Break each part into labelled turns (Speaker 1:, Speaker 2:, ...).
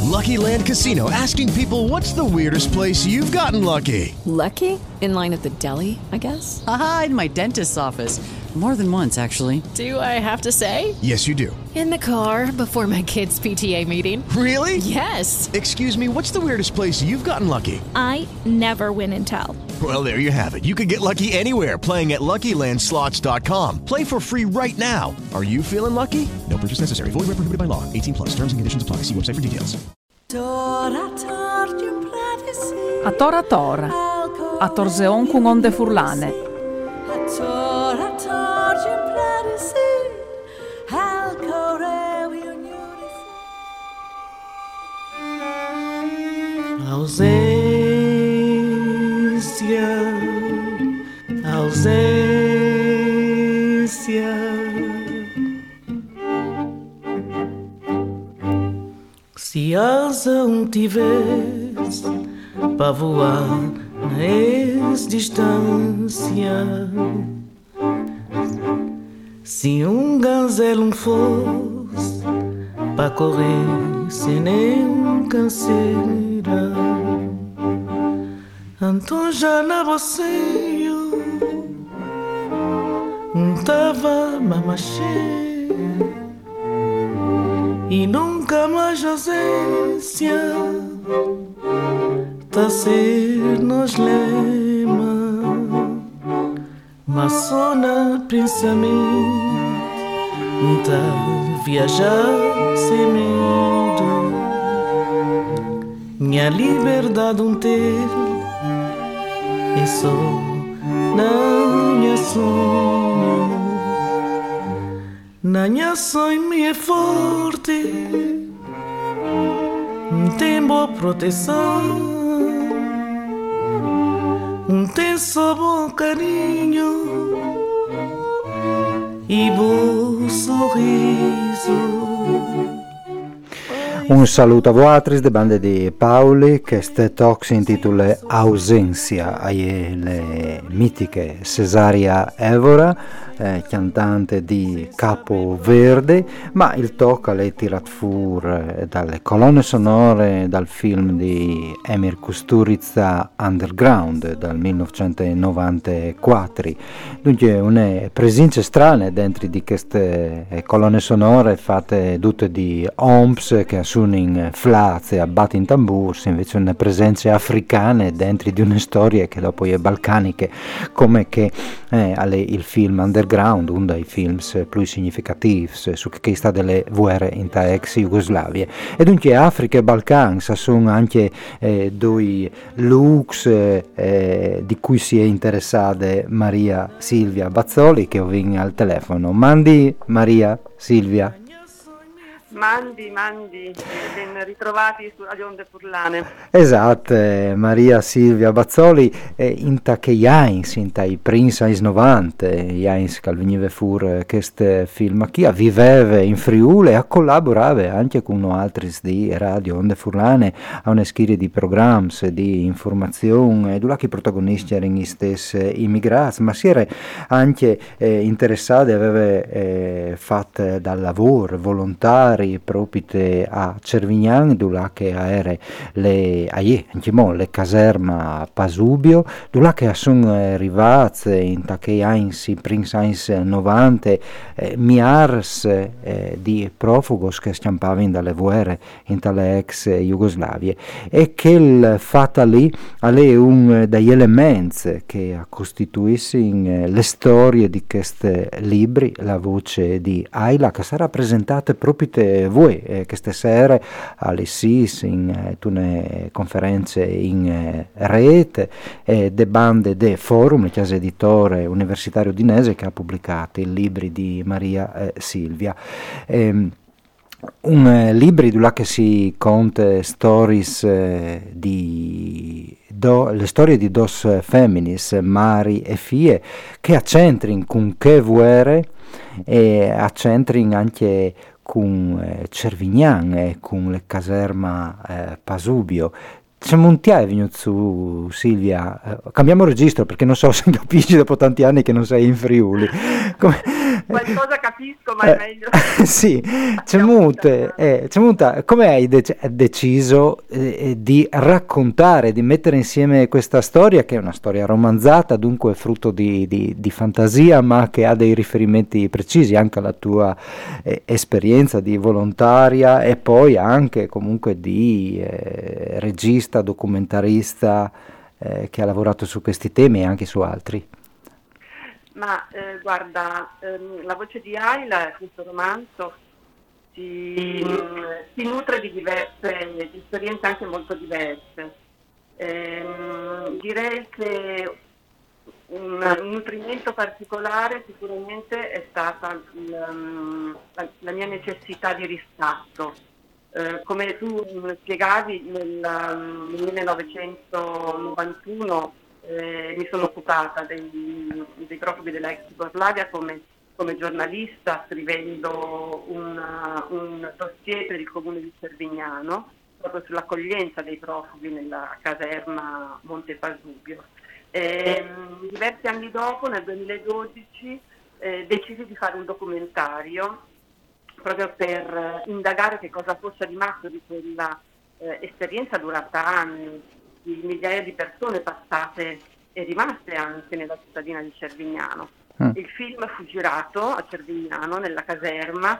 Speaker 1: Lucky Land Casino, asking people, what's the weirdest place you've gotten lucky?
Speaker 2: Lucky? In line at the deli, I guess?
Speaker 3: Aha, in my dentist's office. More than once, actually.
Speaker 2: Do I have to say?
Speaker 1: Yes, you do.
Speaker 2: In the car before my kids' PTA meeting.
Speaker 1: Really?
Speaker 2: Yes.
Speaker 1: Excuse me, what's the weirdest place you've gotten lucky?
Speaker 4: I never win and tell.
Speaker 1: Well, there you have it. You can get lucky anywhere, playing at LuckyLandSlots.com. Play for free right now. Are you feeling lucky? No purchase necessary. Void where prohibited by law. 18 plus. Terms and conditions apply. See website for details.
Speaker 5: A Tora Tora, a Torseon con onde furlane.
Speaker 6: Ausência. Se asa tivesse para voar na ex-distância, se gazelo fosse para correr sem nenhum canseira, então já na boceio tava mamachê e nunca mais ausência tá ser nos lema, mas só na pensamento tá viajar sem medo. Minha liberdade ter é só na minha sonho. Na minha sonho me é forte, tem boa proteção, tem só bom carinho e bom sorriso.
Speaker 7: Un saluto a Voatris, de bande di Pauli, che ste talk si intitola Ausencia, le mitiche Cesaria Evora, cantante di Capo Verde, ma il talk è tirato fuori dalle colonne sonore dal film di Emir Kusturica Underground dal 1994. Dunque una presenza strana dentro di queste colonne sonore fatte tutte di omps che suonano flazze, abbatti in tamburs, invece una presenza africana dentro di una storia che dopo è balcaniche, come che il film Underground, uno dei film più significativi su che sta delle guerre in ex Jugoslavia. E dunque Africa e Balcani sono anche due looks di cui si è interessata Maria Silvia Bazzoli, che ho vinto al telefono. Mandi Maria Silvia.
Speaker 8: Mandi, ben ritrovati su Radio Onde Furlane.
Speaker 7: Esatto, Maria Silvia Bazzoli, in che Jains, in i primi anni 90, Jains che veniva fuori questo film, chi viveva in Friuli e collaborava anche con altri di Radio Onde Furlane a una serie di programmi di informazione, e dove i protagonisti erano gli stessi immigrati, ma si era anche interessato e aveva fatto dal lavoro volontario proprio a Cervignan, dove che era le caserme a Pasubio, dove che sono arrivati in tacchi anni, primi anni 90, miars di profugos che scampavano dalle guerre in tale ex Jugoslavia, e che il fatto lì è un degli elementi che costituiscono le storie di questi libri, la voce di Ayla, che sarà presentata proprio voi queste sere alle SIS in alcune conferenze in rete, de bande de forum, le case editore universitario dinese che ha pubblicato i libri di Maria Silvia. Un libro dove che si conta stories le storie di dos femminis, Mari e Fie, che accentrano con che vuere e accentrano anche con Cervignan e con le caserme Pasubio. Siamo un è venuto su, Silvia, cambiamo registro perché non so se capisci dopo tanti anni che non sei in Friuli.
Speaker 8: Qualcosa capisco, ma è meglio.
Speaker 7: Sì, Cemuta, come hai deciso di raccontare, di mettere insieme questa storia, che è una storia romanzata, dunque frutto di fantasia, ma che ha dei riferimenti precisi anche alla tua esperienza di volontaria e poi anche comunque di regista, documentarista che ha lavorato su questi temi e anche su altri?
Speaker 8: Ma guarda, La voce di Ayla, questo romanzo, si nutre di diverse di esperienze anche molto diverse. Direi che un nutrimento particolare sicuramente è stata la mia necessità di riscatto. Come tu spiegavi, nel 1991 mi sono occupata dei profughi della ex Jugoslavia come giornalista, scrivendo un dossier per il comune di Cervignano proprio sull'accoglienza dei profughi nella caserma Monte Pasubio. Diversi anni dopo, nel 2012, decisi di fare un documentario proprio per indagare che cosa fosse rimasto di quella esperienza durata anni, di migliaia di persone passate e rimaste anche nella cittadina di Cervignano. Il film fu girato a Cervignano, nella caserma,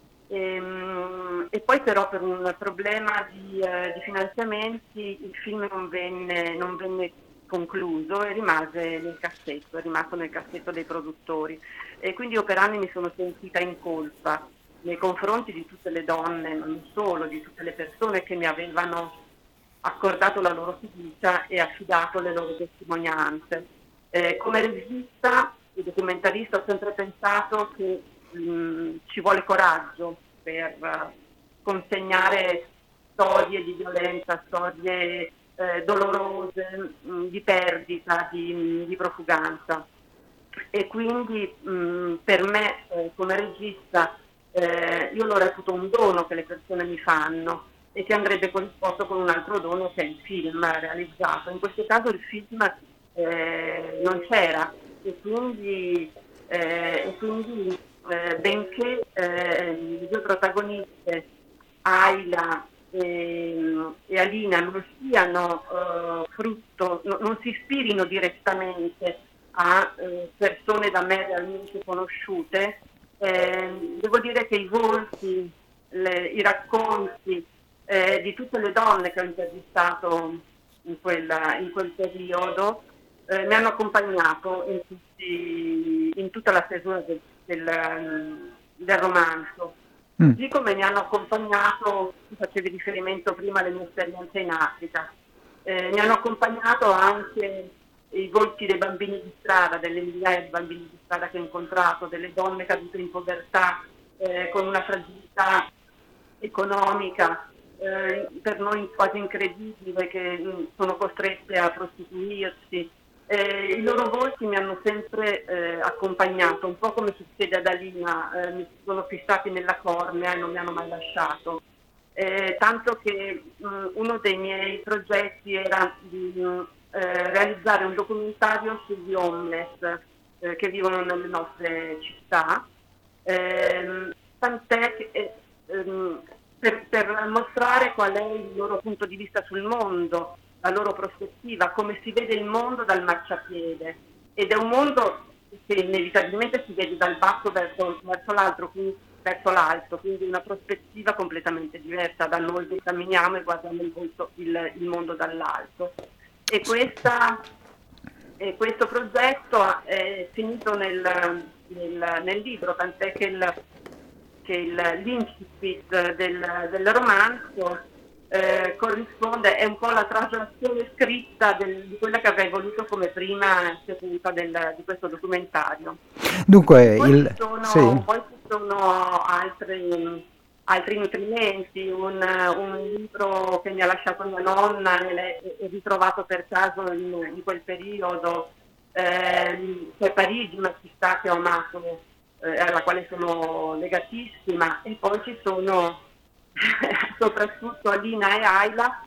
Speaker 8: e poi però per un problema di finanziamenti il film non venne concluso e rimase nel cassetto, è rimasto nel cassetto dei produttori. E quindi io per anni mi sono sentita in colpa nei confronti di tutte le donne, ma non solo, di tutte le persone che mi avevano accordato la loro fiducia e affidato le loro testimonianze. Come regista e documentarista ho sempre pensato che ci vuole coraggio per consegnare storie di violenza, storie dolorose, di perdita, di profuganza. E quindi per me come regista io lo reputo un dono che le persone mi fanno e che andrebbe corrisposto con un altro dono che è il film realizzato. In questo caso il film non c'era e quindi benché le due protagoniste, Ayla e Alina, non siano frutto, non si ispirino direttamente a persone da me realmente conosciute, devo dire che i volti, i racconti di tutte le donne che ho intervistato in quel periodo mi hanno accompagnato in tutta la stesura del romanzo. Così come mi hanno accompagnato, tu facevi riferimento prima alle mie esperienze in Africa, mi hanno accompagnato anche i volti dei bambini di strada, delle migliaia di bambini di strada che ho incontrato, delle donne cadute in povertà, con una fragilità economica per noi quasi incredibile, che sono costrette a prostituirsi. I loro volti mi hanno sempre accompagnato, un po' come succede ad Alina, mi sono fissati nella cornea e non mi hanno mai lasciato. Tanto che uno dei miei progetti era di realizzare un documentario sugli homeless che vivono nelle nostre città, tant'è che per mostrare qual è il loro punto di vista sul mondo, la loro prospettiva, come si vede il mondo dal marciapiede. Ed è un mondo che inevitabilmente si vede dal basso verso l'alto, quindi una prospettiva completamente diversa da noi che camminiamo e guardiamo il mondo dall'alto. E questo progetto è finito nel libro, tant'è che l'incipit del romanzo corrisponde, è un po' la traslazione scritta di quella che avrei voluto come prima sequenza di questo documentario.
Speaker 7: Dunque,
Speaker 8: poi ci sono altri nutrimenti, un libro che mi ha lasciato mia nonna e ritrovato per caso in quel periodo, c'è Parigi, una città che ho amato, alla quale sono legatissima, e poi ci sono soprattutto Alina e Ayla,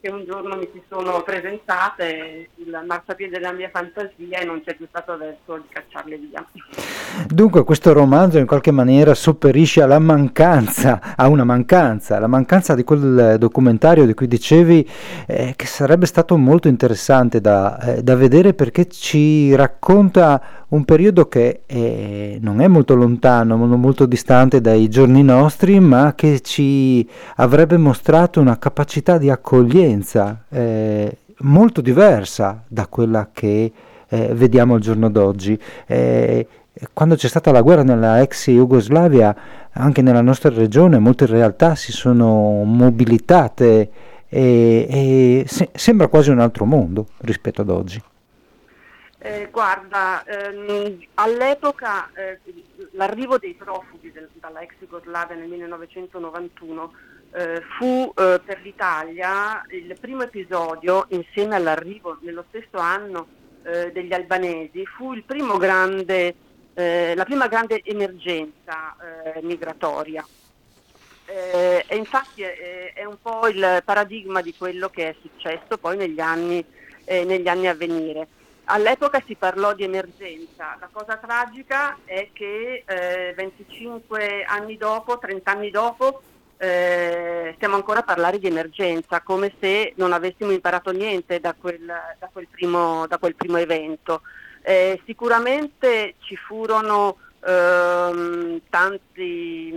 Speaker 8: che un giorno mi si sono presentate il marciapiede della mia fantasia e non c'è più stato verso di cacciarle via.
Speaker 7: Dunque questo romanzo in qualche maniera sopperisce alla mancanza, la mancanza di quel documentario di cui dicevi, che sarebbe stato molto interessante da vedere, perché ci racconta un periodo che non è molto lontano, non molto distante dai giorni nostri, ma che ci avrebbe mostrato una capacità di accoglienza molto diversa da quella che vediamo al giorno d'oggi. Quando c'è stata la guerra nella ex Jugoslavia, anche nella nostra regione, molte realtà si sono mobilitate e sembra quasi un altro mondo rispetto ad oggi.
Speaker 8: Guarda, all'epoca l'arrivo dei profughi dalla ex Jugoslavia nel 1991 fu per l'Italia il primo episodio, insieme all'arrivo nello stesso anno degli albanesi, fu il primo la prima grande emergenza migratoria. E infatti è un po' il paradigma di quello che è successo poi negli anni a venire. All'epoca si parlò di emergenza. La cosa tragica è che 25 anni dopo, 30 anni dopo, stiamo ancora a parlare di emergenza, come se non avessimo imparato niente da quel primo evento. Sicuramente ci furono tanti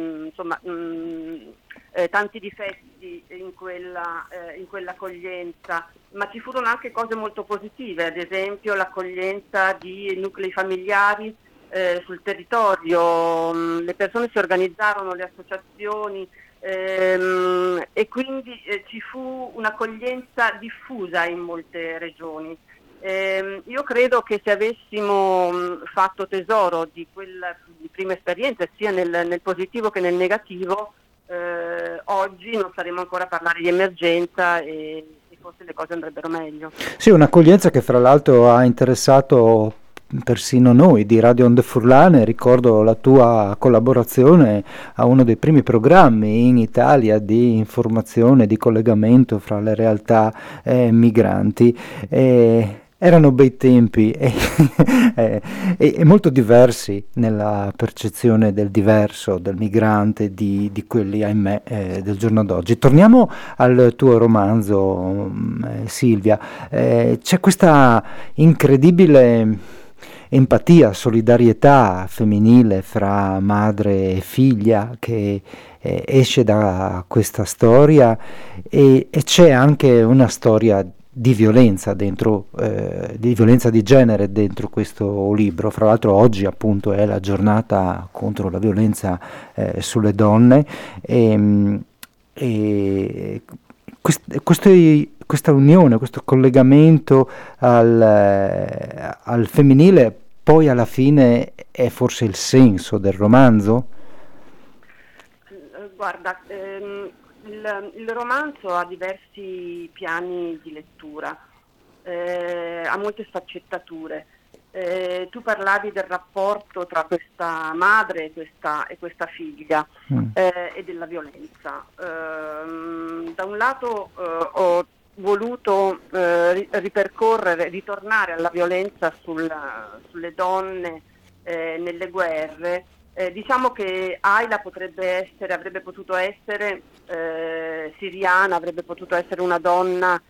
Speaker 8: difetti in quell'accoglienza, ma ci furono anche cose molto positive, ad esempio l'accoglienza di nuclei familiari sul territorio. Le persone si organizzarono, le associazioni, e quindi ci fu un'accoglienza diffusa in molte regioni. Io credo che se avessimo fatto tesoro di quella prima esperienza, sia nel positivo che nel negativo, oggi non saremmo ancora a parlare di emergenza e forse le cose andrebbero meglio.
Speaker 7: Sì, un'accoglienza che fra l'altro ha interessato persino noi di Radio Onde Furlane. Ricordo la tua collaborazione a uno dei primi programmi in Italia di informazione, di collegamento fra le realtà migranti. Erano bei tempi e molto diversi nella percezione del diverso, del migrante, di quelli, ahimè, del giorno d'oggi. Torniamo al tuo romanzo, Silvia. C'è questa incredibile empatia, solidarietà femminile fra madre e figlia che esce da questa storia, e c'è anche una storia di violenza dentro, di violenza di genere dentro questo libro. Fra l'altro oggi appunto è la giornata contro la violenza sulle donne, e questa unione, questo collegamento al femminile poi alla fine è forse il senso del romanzo?
Speaker 8: Guarda, il romanzo ha diversi piani di lettura, ha molte sfaccettature. Tu parlavi del rapporto tra questa madre e questa figlia e della violenza. Da un lato ho voluto ritornare alla violenza sulle donne nelle guerre. Diciamo che Ayla avrebbe potuto essere siriana, avrebbe potuto essere una donna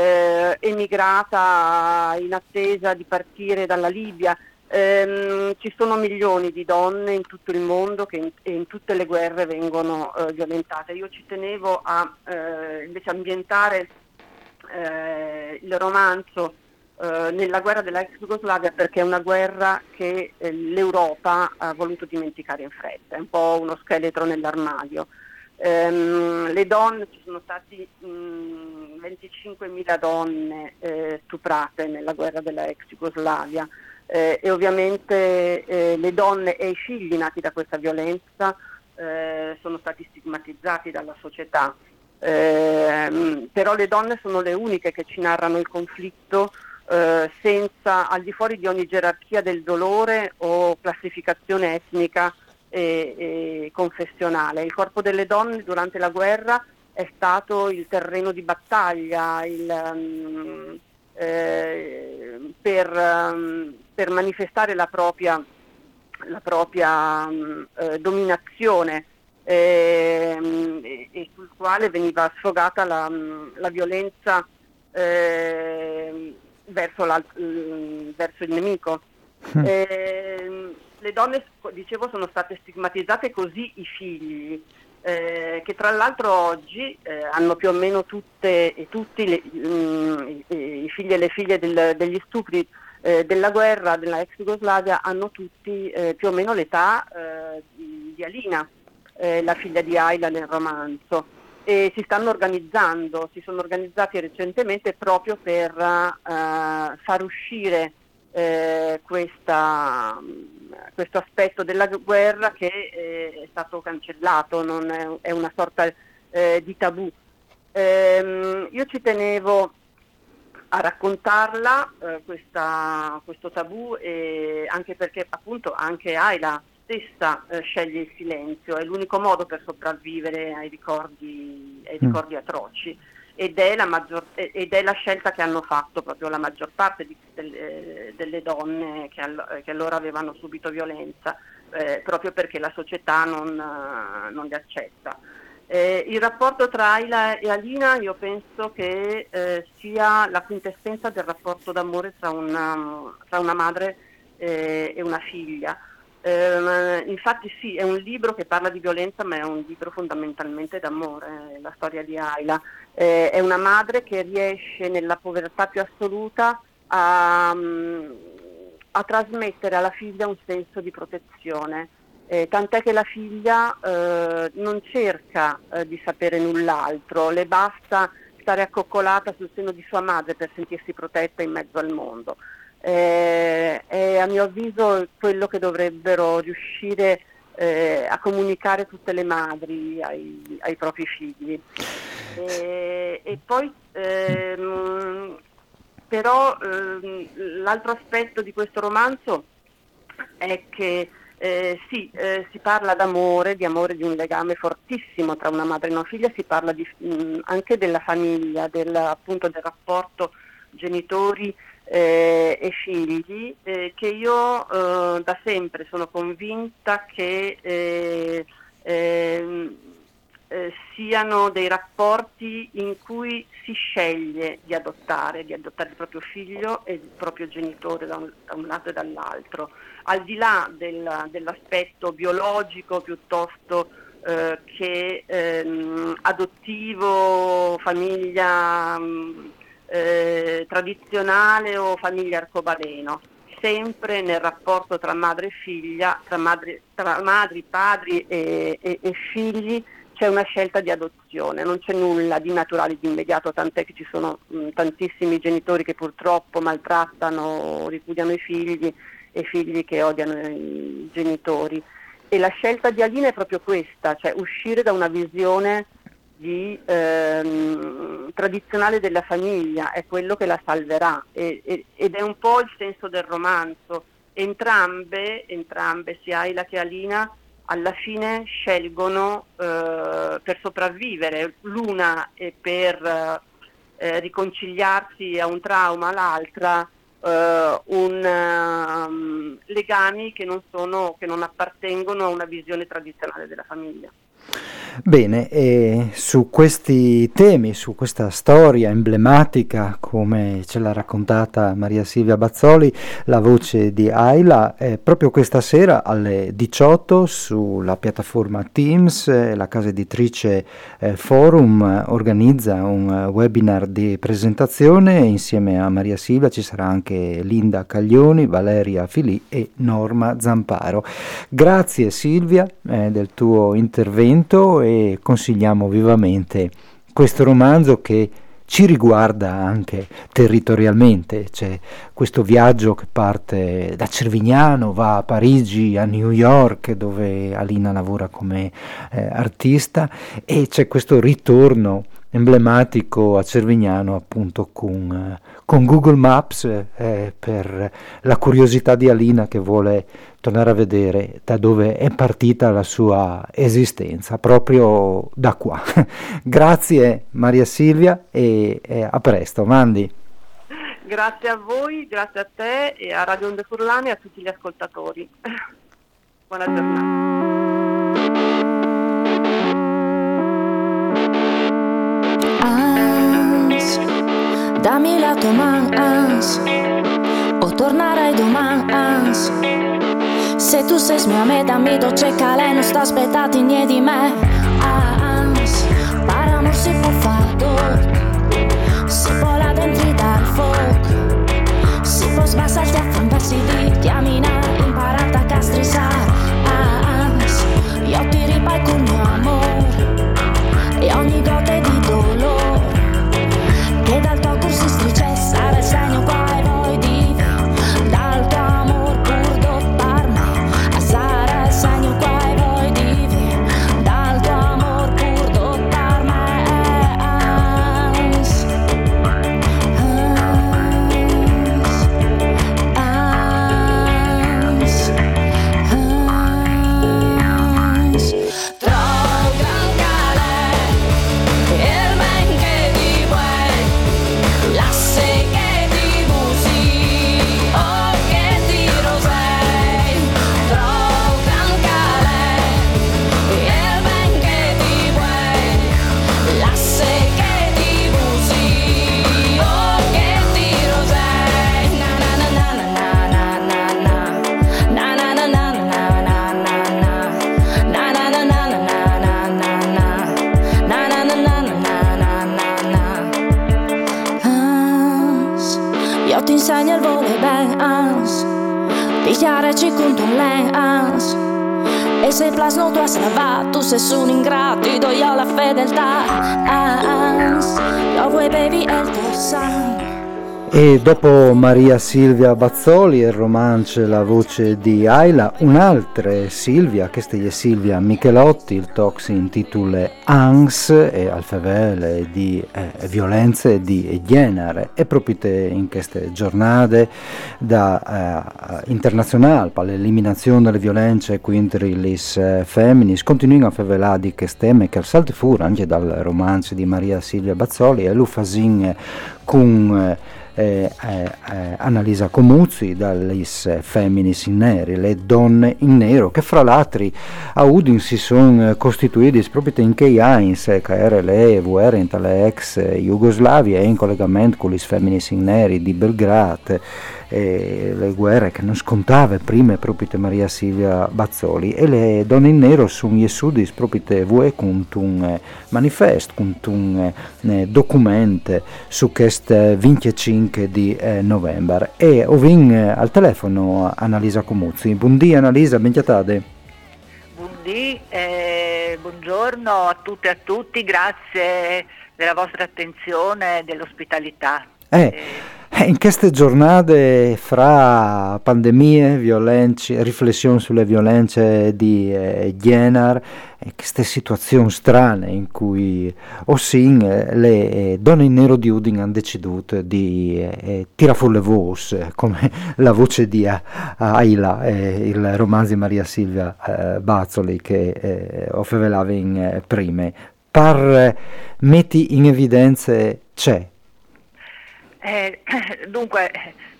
Speaker 8: emigrata in attesa di partire dalla Libia. Ci sono milioni di donne in tutto il mondo che in tutte le guerre vengono violentate. Io ci tenevo a invece ambientare il romanzo nella guerra della ex Jugoslavia, perché è una guerra che l'Europa ha voluto dimenticare in fretta, è un po' uno scheletro nell'armadio. Le donne, ci sono stati 25.000 donne stuprate nella guerra della ex Jugoslavia, e ovviamente le donne e i figli nati da questa violenza sono stati stigmatizzati dalla società. Però le donne sono le uniche che ci narrano il conflitto senza, al di fuori di ogni gerarchia del dolore o classificazione etnica e confessionale. Il corpo delle donne durante la guerra è stato il terreno di battaglia per manifestare la propria dominazione, e sul quale veniva sfogata la violenza verso il nemico. Le donne, dicevo, sono state stigmatizzate, così i figli, che tra l'altro oggi hanno più o meno tutte e tutti i figli e le figlie degli stupri della guerra della ex Jugoslavia hanno tutti più o meno l'età di Alina, la figlia di Ayla nel romanzo, e si sono organizzati recentemente proprio per far uscire questo aspetto della guerra che è stato cancellato, non è una sorta di tabù. Io ci tenevo a raccontarla, questo tabù, anche perché appunto anche Ayla stessa sceglie il silenzio, è l'unico modo per sopravvivere ai ricordi atroci, ed è la scelta che hanno fatto proprio la maggior parte delle donne che allora avevano subito violenza, proprio perché la società non li accetta. Il rapporto tra Ayla e Alina, io penso che sia la quintessenza del rapporto d'amore tra una madre e una figlia. Infatti sì, è un libro che parla di violenza, ma è un libro fondamentalmente d'amore, la storia di Ayla. È una madre che riesce nella povertà più assoluta a trasmettere alla figlia un senso di protezione, tant'è che la figlia non cerca di sapere null'altro, le basta stare accoccolata sul seno di sua madre per sentirsi protetta in mezzo al mondo. È a mio avviso quello che dovrebbero riuscire a comunicare tutte le madri ai propri figli. E poi però l'altro aspetto di questo romanzo è che si parla d'amore, di un legame fortissimo tra una madre e una figlia, si parla anche della famiglia, appunto del rapporto genitori e figli, che io da sempre sono convinta che siano dei rapporti in cui si sceglie di adottare il proprio figlio e il proprio genitore da un lato e dall'altro, al di là dell'aspetto biologico piuttosto che adottivo, famiglia tradizionale o famiglia arcobaleno. Sempre nel rapporto tra madre e figlia, tra madri, padri e figli, c'è una scelta di adozione, non c'è nulla di naturale di immediato, tant'è che ci sono tantissimi genitori che purtroppo maltrattano o ripudiano i figli, e figli che odiano i genitori. E la scelta di Alina è proprio questa, cioè uscire da una visione tradizionale della famiglia, è quello che la salverà, ed è un po' il senso del romanzo. Entrambe, sia Ayla che Alina, alla fine scelgono per sopravvivere, l'una è per riconciliarsi a un trauma, l'altra legami che non appartengono a una visione tradizionale della famiglia.
Speaker 7: Bene, e su questi temi, su questa storia emblematica, come ce l'ha raccontata Maria Silvia Bazzoli, la voce di Ayla, proprio questa sera alle 18 sulla piattaforma Teams, la casa editrice Forum organizza un webinar di presentazione. Insieme a Maria Silvia ci sarà anche Linda Caglioni, Valeria Filì e Norma Zamparo. Grazie Silvia del tuo intervento, e consigliamo vivamente questo romanzo che ci riguarda anche territorialmente. C'è questo viaggio che parte da Cervignano, va a Parigi, a New York, dove Alina lavora come artista, e c'è questo ritorno emblematico a Cervignano, appunto con Google Maps, per la curiosità di Alina che vuole tornare a vedere da dove è partita la sua esistenza, proprio da qua. Grazie Maria Silvia e a presto, Mandi.
Speaker 8: Grazie a voi, grazie a te e a Radio Onde Furlane e a tutti gli ascoltatori. Buona giornata.
Speaker 9: Dammi la tua mans, o tornerai domani. Se tu sei mia me, dammi dolce calè, non sta aspettando niente di me. Per amor si può fare, si può là dentro dal fuoco, si può sbassarti a fantassi di diamina, imparata a castrizzare. Io ti ripai con mio amore e ogni gota di dolore che dal tuo corso stricessa il segno qua e voi di dal tuo amor pur dottarmi a sarà il segno qua e voi di dal tuo amor pur dottarmi Io ti insegno il volo ben ans, dichiaraci con un len ans. E se plasno tu a salva, tu sei un ingrato, do io la fedeltà ans. Io vuoi bevi e il tuo sangue.
Speaker 7: E dopo Maria Silvia Bazzoli e il romance La voce di Ayla, un'altra Silvia, questa è Silvia Michelotti, il talk si intitola Ans e al favele di violenze di genere e proprio in queste giornate da internazionale per l'eliminazione delle violenze contro le femmine continuano a favelare di queste temi che salte fuori anche dal romanzo di Maria Silvia Bazzoli e lo fasin con Annalisa Comuzzi dalle femminis in neri, le donne in nero, che fra l'altro a Udin si sono costituiti proprio in quei anni che era le guerre tra ex Jugoslavia e in collegamento con le femminis in neri di Belgrado, le guerre che non scontava prima proprio Maria Silvia Bazzoli, e le donne in nero sono gli studi proprio voi con un manifesto, con un documento su questo 25 di novembre. E ho al telefono Annalisa Comuzzi. Buondì Annalisa, benchiatate.
Speaker 10: Buondì, buongiorno a tutte e a tutti, grazie della vostra attenzione e dell'ospitalità.
Speaker 7: In queste giornate fra pandemie, violenze, riflessioni sulle violenze di genere, queste situazioni strane in cui le donne in nero di Udine hanno deciso di tirare fuori le voci, come la voce di Ayla, il romanzo di Maria Silvia Bazzoli che ho favelava in prime, per metti in evidenza c'è.
Speaker 10: Dunque,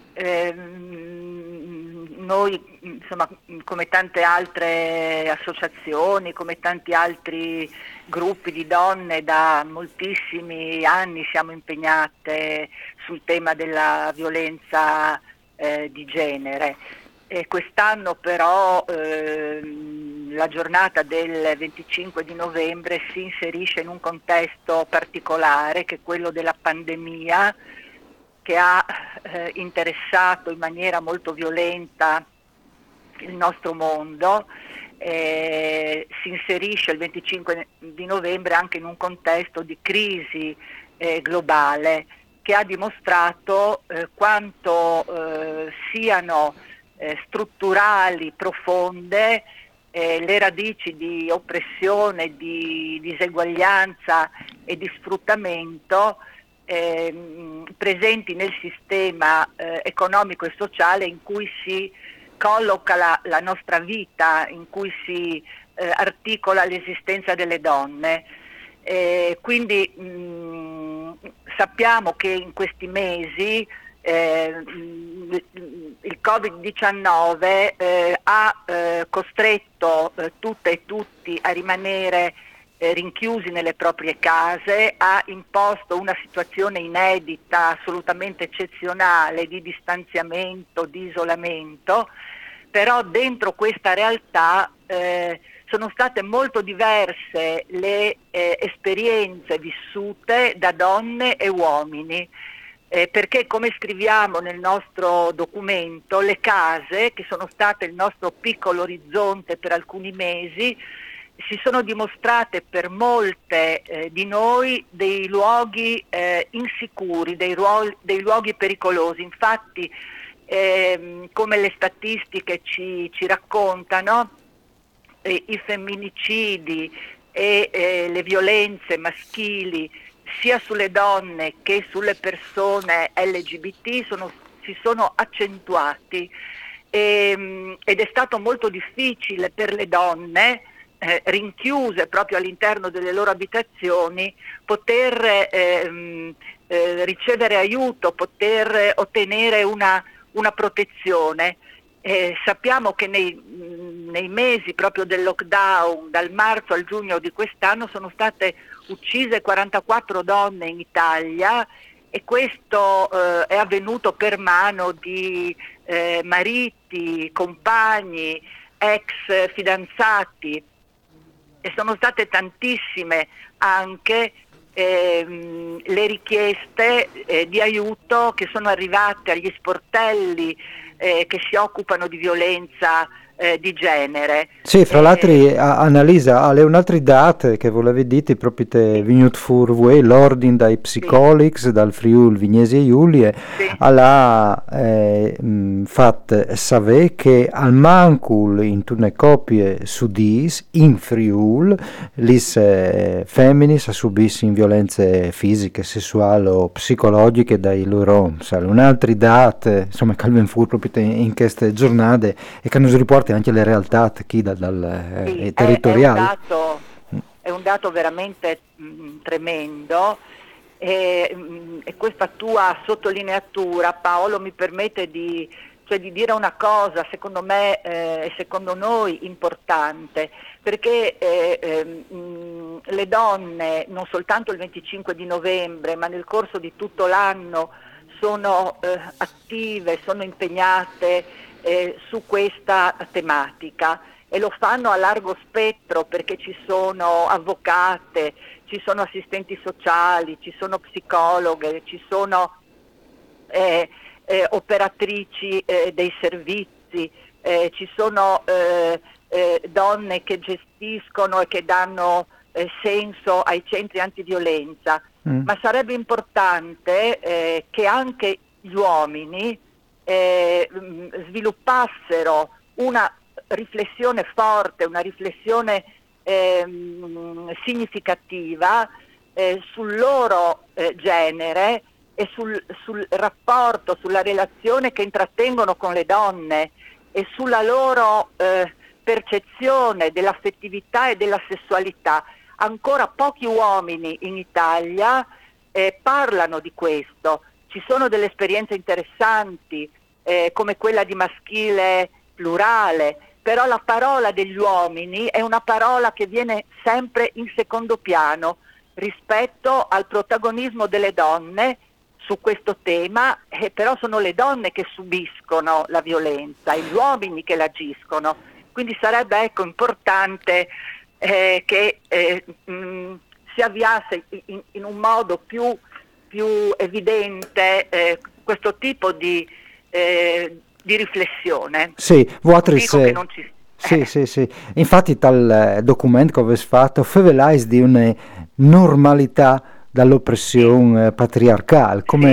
Speaker 10: noi insomma, come tante altre associazioni, come tanti altri gruppi di donne, da moltissimi anni siamo impegnate sul tema della violenza di genere. Quest'anno però la giornata del 25 di novembre si inserisce in un contesto particolare, che è quello della pandemia, che ha interessato in maniera molto violenta il nostro mondo. Si inserisce il 25 di novembre anche in un contesto di crisi globale, che ha dimostrato quanto siano strutturali, profonde le radici di oppressione, di diseguaglianza e di sfruttamento presenti nel sistema economico e sociale in cui si colloca la nostra vita, in cui si articola l'esistenza delle donne. Quindi sappiamo che in questi mesi il Covid-19 ha costretto tutte e tutti a rimanere rinchiusi nelle proprie case, ha imposto una situazione inedita, assolutamente eccezionale, di distanziamento, di isolamento, però dentro questa realtà sono state molto diverse le esperienze vissute da donne e uomini, perché, come scriviamo nel nostro documento, le case, che sono state il nostro piccolo orizzonte per alcuni mesi, si sono dimostrate per molte di noi dei luoghi insicuri, dei luoghi pericolosi. Infatti, come le statistiche ci raccontano, i femminicidi e le violenze maschili sia sulle donne che sulle persone LGBT si sono accentuati ed è stato molto difficile per le donne rinchiuse proprio all'interno delle loro abitazioni poter ricevere aiuto, poter ottenere una protezione. Sappiamo che nei mesi proprio del lockdown, dal marzo al giugno di quest'anno, sono state uccise 44 donne in Italia, e questo è avvenuto per mano di mariti, compagni, ex fidanzati, e sono state tantissime anche le richieste di aiuto che sono arrivate agli sportelli che si occupano di violenza di genere.
Speaker 7: Sì, fra l'altro Annalisa, alle un'altra data che volevi dire proprio te venuto fuori l'ordine dai psicologi dal Friuli Vignesi Giulie alla fatto sapere che al mancul in tutte coppie su dis in Friuli le femminis subiscono violenze fisiche, sessuali o psicologiche dai loro un'altra data insomma che vengono fuori proprio in queste giornate e che ci riporta anche le realtà chi dal territoriale.
Speaker 10: È un dato veramente tremendo, e questa tua sottolineatura, Paolo, mi permette di dire una cosa secondo me e secondo noi importante, perché le donne non soltanto il 25 di novembre ma nel corso di tutto l'anno sono attive, sono impegnate su questa tematica, e lo fanno a largo spettro, perché ci sono avvocate, ci sono assistenti sociali, ci sono psicologhe, ci sono operatrici dei servizi, ci sono donne che gestiscono e che danno senso ai centri antiviolenza, ma sarebbe importante che anche gli uomini sviluppassero una riflessione forte, una riflessione significativa sul loro genere e sul rapporto, sulla relazione che intrattengono con le donne e sulla loro percezione dell'affettività e della sessualità. Ancora pochi uomini in Italia parlano di questo. Ci sono delle esperienze interessanti come quella di maschile plurale, però la parola degli uomini è una parola che viene sempre in secondo piano rispetto al protagonismo delle donne su questo tema, però sono le donne che subiscono la violenza e gli uomini che l'agiscono. Quindi sarebbe importante che si avviasse in un modo più evidente questo tipo di riflessione.
Speaker 7: Sì,
Speaker 10: dico che non ci
Speaker 7: sì. Infatti dal documento che avete fatto favelais di una normalità dall'oppressione patriarcale, come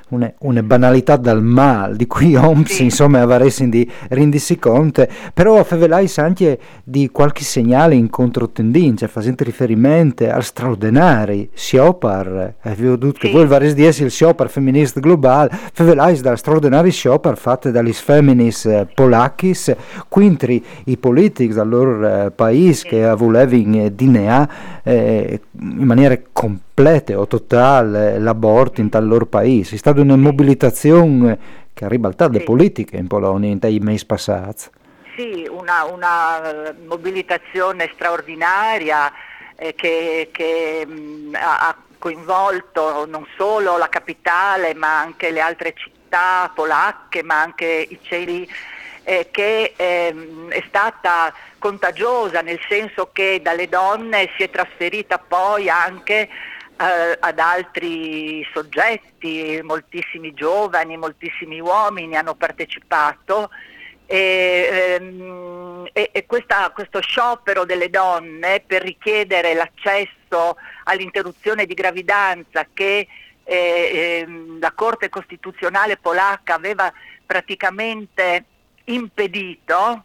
Speaker 7: una banalità dal mal di cui Homs
Speaker 10: Sì.
Speaker 7: insomma avaresti di rendisi conto, però favelais anche di qualche segnale in controtendinza, facendo riferimento al straordinari sciopar, avevo detto che voi varesi di essere il sciopar femminista globale, favelais dal straordinari sciopar fatte dagli femminis polacchis, quindi i politici dal loro paese che volevano dinea in maniera completa o totale l'aborto in tal loro paese. È stata una mobilitazione che ha ribaltato le politiche in Polonia in dei mesi passati.
Speaker 10: Sì, una mobilitazione straordinaria che ha coinvolto non solo la capitale ma anche le altre città polacche, ma anche i cieli, che è stata contagiosa, nel senso che dalle donne si è trasferita poi anche ad altri soggetti, moltissimi giovani, moltissimi uomini hanno partecipato e questo sciopero delle donne per richiedere l'accesso all'interruzione di gravidanza che la Corte Costituzionale polacca aveva praticamente impedito,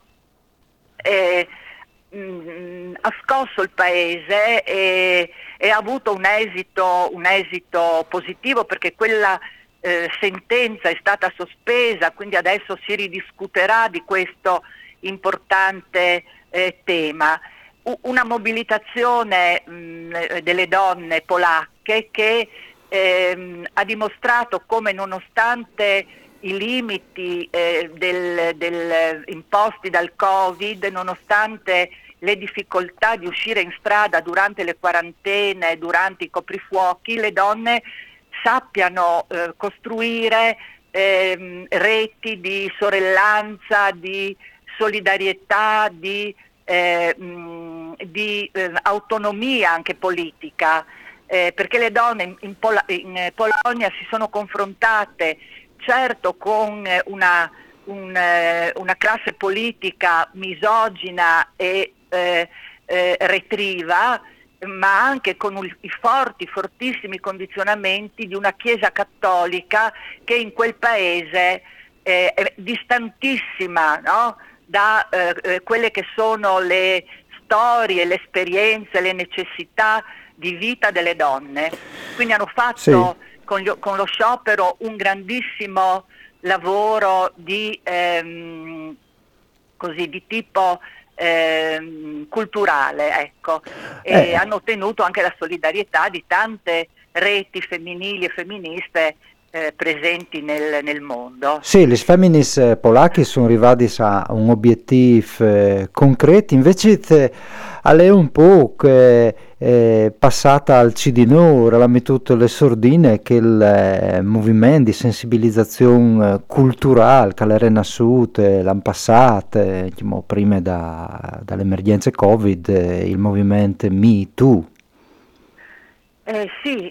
Speaker 10: ha scosso il paese e ha avuto un esito positivo, perché quella sentenza è stata sospesa, quindi adesso si ridiscuterà di questo importante tema. Una mobilitazione delle donne polacche che ha dimostrato come, nonostante i limiti imposti dal Covid, nonostante le difficoltà di uscire in strada durante le quarantene, durante i coprifuochi, le donne sappiano costruire reti di sorellanza, di solidarietà, di autonomia anche politica, perché le donne in Polonia si sono confrontate certo con una classe politica misogina e retriva, ma anche con i fortissimi condizionamenti di una Chiesa cattolica che in quel paese è distantissima, no? Da quelle che sono le storie, le esperienze, le necessità di vita delle donne. Quindi hanno fatto con lo sciopero un grandissimo lavoro di tipo culturale, ecco, e hanno ottenuto anche la solidarietà di tante reti femminili e femministe presenti nel mondo.
Speaker 7: Sì, le femminis polacche sono arrivate a un obiettivo concreto, invece è un po' che passata al CDNO, la mettuto le sordine che il movimento di sensibilizzazione culturale che era nasciuto l'anno passato, diciamo, prima dall'emergenza Covid, il movimento Me Too.
Speaker 10: Sì,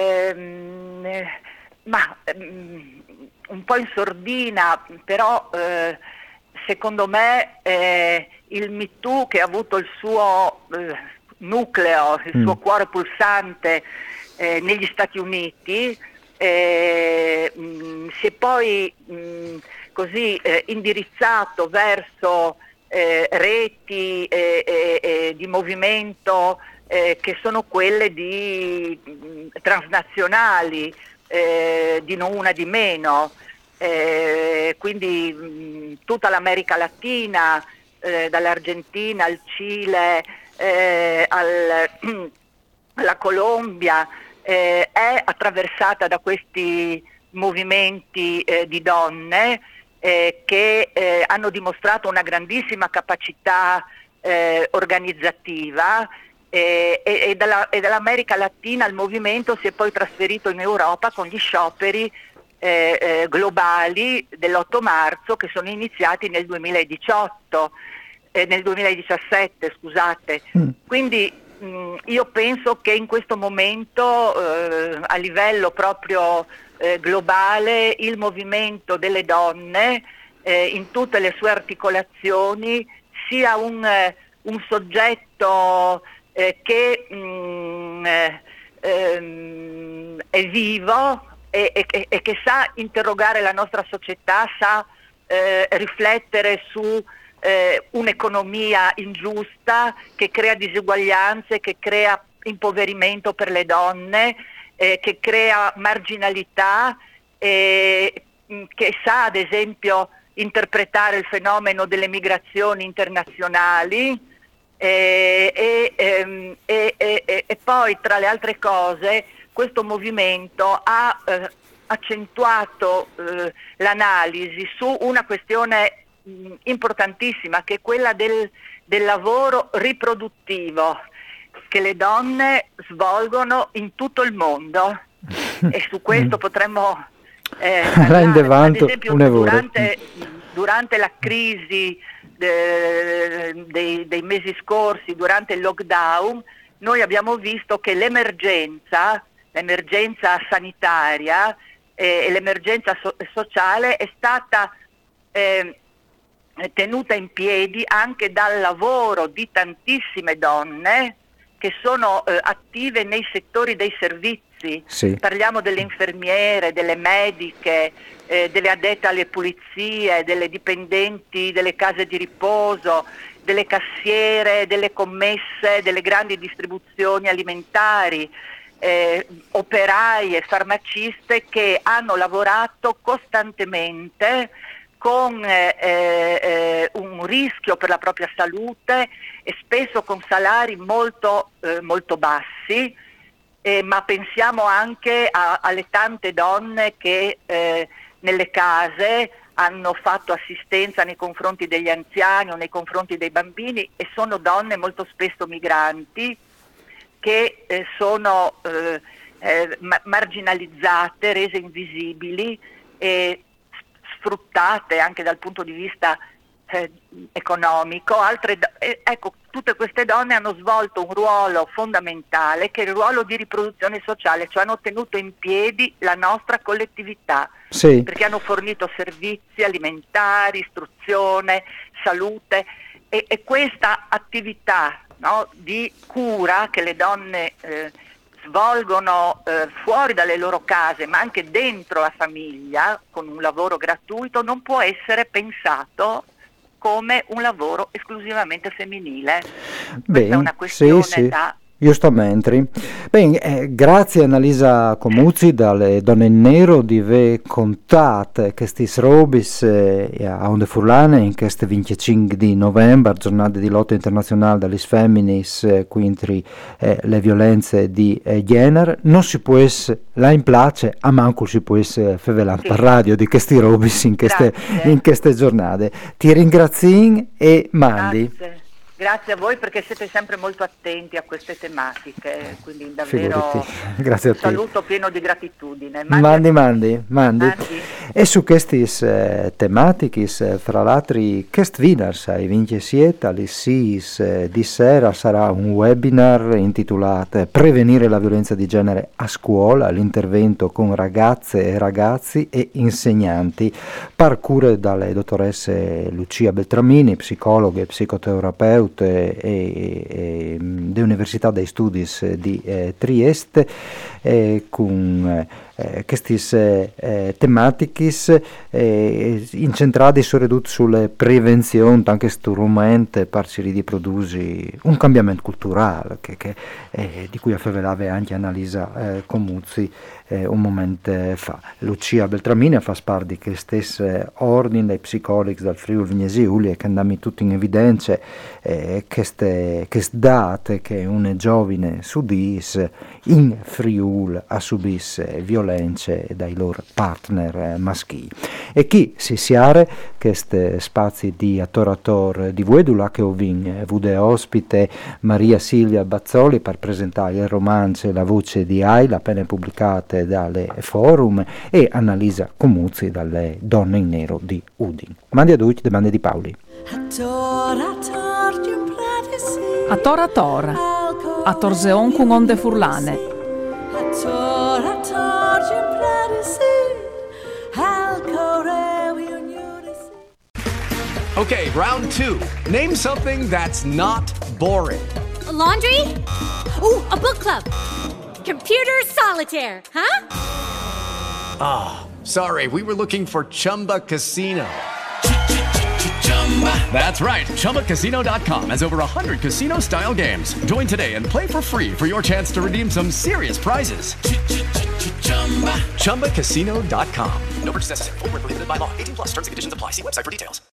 Speaker 10: ma un po' in sordina, però secondo me il Me Too, che ha avuto il suo nucleo, il suo cuore pulsante negli Stati Uniti, si è poi così indirizzato verso reti di movimento che sono quelle transnazionali, di non una di meno, quindi tutta l'America Latina, dall'Argentina al Cile, alla Colombia, è attraversata da questi movimenti di donne che hanno dimostrato una grandissima capacità organizzativa, e dall'America Latina il movimento si è poi trasferito in Europa con gli scioperi globali dell'8 marzo che sono iniziati nel 2017, scusate. Quindi io penso che in questo momento a livello proprio globale il movimento delle donne in tutte le sue articolazioni sia un soggetto che è vivo, e che sa interrogare la nostra società, sa riflettere su un'economia ingiusta che crea diseguaglianze, che crea impoverimento per le donne, che crea marginalità, che sa ad esempio interpretare il fenomeno delle migrazioni internazionali e poi, tra le altre cose, questo movimento ha accentuato l'analisi su una questione importantissima, che è quella del lavoro riproduttivo che le donne svolgono in tutto il mondo, e su questo potremmo ad esempio durante la crisi dei mesi scorsi, durante il lockdown, noi abbiamo visto che l'emergenza sanitaria e l'emergenza sociale è stata tenuta in piedi anche dal lavoro di tantissime donne che sono attive nei settori dei servizi.
Speaker 7: Sì.
Speaker 10: Parliamo delle infermiere, delle mediche, delle addette alle pulizie, delle dipendenti delle case di riposo, delle cassiere, delle commesse, delle grandi distribuzioni alimentari, operai e farmaciste che hanno lavorato costantemente con un rischio per la propria salute e spesso con salari molto bassi, ma pensiamo anche alle tante donne che nelle case hanno fatto assistenza nei confronti degli anziani o nei confronti dei bambini, e sono donne molto spesso migranti che sono marginalizzate, rese invisibili e sfruttate anche dal punto di vista economico. Ecco, tutte queste donne hanno svolto un ruolo fondamentale, che è il ruolo di riproduzione sociale, cioè hanno tenuto in piedi la nostra collettività,
Speaker 7: sì,
Speaker 10: perché hanno fornito servizi alimentari, istruzione, salute, e questa attività, no, di cura che le donne svolgono fuori dalle loro case, ma anche dentro la famiglia, con un lavoro gratuito, non può essere pensato come un lavoro esclusivamente femminile. Questa è una questione da...
Speaker 7: Giustamente. Bene, grazie Annalisa Comuzzi dalle Donne in Nero di ve contate questi robis a Onde Furlane in questo 25 di novembre, giornata di lotta internazionale dalle femminis contro le violenze di genere. Non si può la in place, a manco si può fevelare per radio di questi robis in queste giornate. Ti ringrazio e mandi.
Speaker 10: Grazie a voi, perché siete sempre molto attenti a queste tematiche, quindi davvero
Speaker 7: grazie a te.
Speaker 10: Un saluto pieno di gratitudine.
Speaker 7: Mandi. E su queste tematiche, fra l'altro, quest viners ai 27 alle 6 di sera sarà un webinar intitolato Prevenire la violenza di genere a scuola, l'intervento con ragazze e ragazzi e insegnanti, parcure dalle dottoresse Lucia Beltramini, psicologa e psicoterapeuta e dell'Università dei Studi di Trieste, con queste tematiche incentrate soprattutto sulle prevenzioni, anche strumenti per di produrre un cambiamento culturale di cui afferrava anche Annalisa Comuzzi un momento fa. Lucia Beltramini fa parte di che stesse ordine dei psicologi dal Friuli Venezia Giulia, che andiamo tutti in evidenza queste date che una giovane sudis in Friuli a subisse violenze dai loro partner maschili. E chi si siare questi spazi di attor di Vuedula che ho avuto ospite Maria Silvia Bazzoli per presentare il romanzo La voce di Aila, appena pubblicate dalle Forum, e Annalisa Comuzzi dalle Donne in Nero di Udin. Mandi a tutti, domande di Paoli.
Speaker 5: A tora, a torzeon con onde furlane.
Speaker 11: Okay, round two. Name something that's not boring.
Speaker 12: A laundry? Ooh, a book club. Computer solitaire, huh?
Speaker 11: Sorry, we were looking for Chumba Casino. That's right. ChumbaCasino.com has over 100 casino-style games. Join today and play for free for your chance to redeem some serious prizes. ChumbaCasino.com. No purchase necessary. Void where prohibited by law. 18+. Terms and conditions apply. See website for details.